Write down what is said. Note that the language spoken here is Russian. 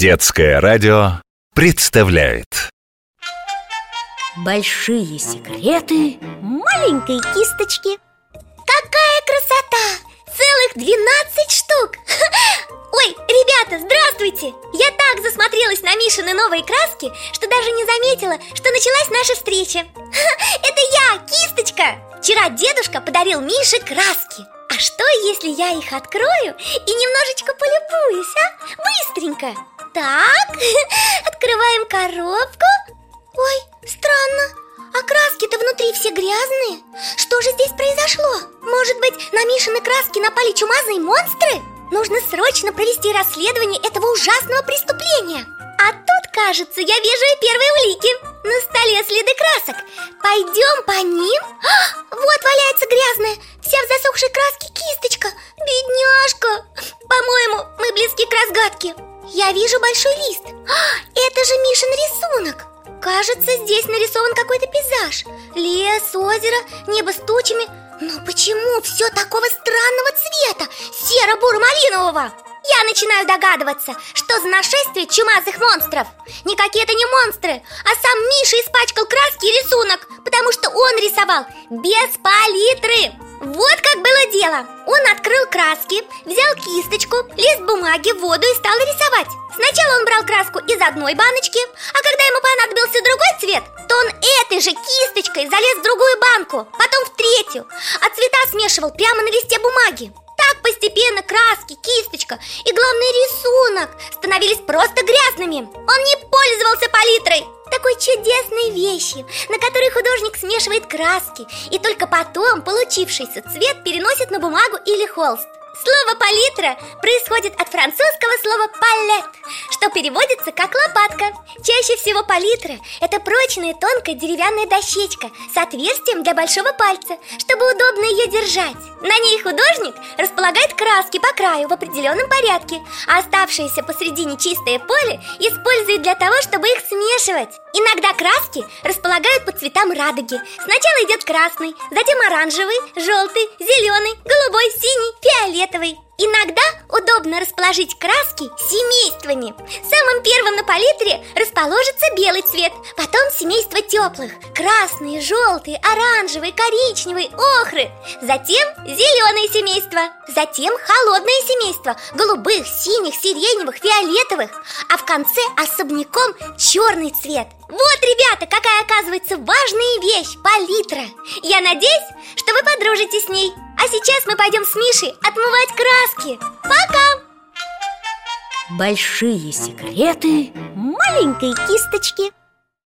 Детское радио представляет Большие секреты маленькой кисточки. Какая красота! Целых 12 штук! Ой, ребята, здравствуйте! Я так засмотрелась на Мишины новые краски, что даже не заметила, что началась наша встреча. Это я, кисточка! Вчера дедушка подарил Мише краски. А что, если я их открою и немножечко полюбуюсь, а? Быстренько! Так, открываем коробку. Ой, странно, а краски-то внутри все грязные. Что же здесь произошло? Может быть, на Мишины краски напали чумазые монстры? Нужно срочно провести расследование этого ужасного преступления. А тут, кажется, я вижу и первые улики. На столе следы красок. Пойдем по ним. Вот валяется грязная, вся в засохшей краске кисточка. Бедняжка. По-моему, мы близки к разгадке. Я вижу большой лист. Это же Мишин рисунок. Кажется, здесь нарисован какой-то пейзаж. Лес, озеро, небо с тучами. Но почему все такого странного цвета? Серо-буро-малинового. Я начинаю догадываться, что за нашествие чумазых монстров. Никакие это не монстры, а сам Миша испачкал краски и рисунок, потому что он рисовал без палитры. Вот как было дело. Он открыл краски, взял кисточку, лист бумаги, воду и стал рисовать. Сначала он брал краску из одной баночки, а когда ему понадобился другой цвет, то он этой же кисточкой залез в другую банку, потом в третью, а цвета смешивал прямо на листе бумаги. Так постепенно краски, кисточка и, главное, рисунок становились просто грязными. Он не пользовался палитрой. Такой чудесной вещью, на которой художник смешивает краски и только потом получившийся цвет переносит на бумагу или холст. Слово «палитра» происходит от французского слова «палет», что переводится как «лопатка». Чаще всего палитра – это прочная тонкая деревянная дощечка с отверстием для большого пальца, чтобы удобно ее держать. На ней художник располагает краски по краю в определенном порядке, а оставшееся посредине чистое поле использует для того, чтобы их смешивать. Иногда краски располагают по цветам радуги. Сначала идет красный, затем оранжевый, желтый, зеленый, голубой, синий, фиолетовый. Иногда удобно расположить краски семействами. Самым первым на палитре расположится белый цвет, потом семейство теплых: красные, желтые, оранжевые, коричневые, охры. Затем зеленое семейство, затем холодное семейство голубых, синих, сиреневых, фиолетовых. А в конце особняком черный цвет. Вот, ребята, какая оказывается важная вещь – палитра. Я надеюсь, что вы подружитесь с ней. А сейчас мы пойдем с Мишей отмывать краски. Пока! Большие секреты маленькой кисточки.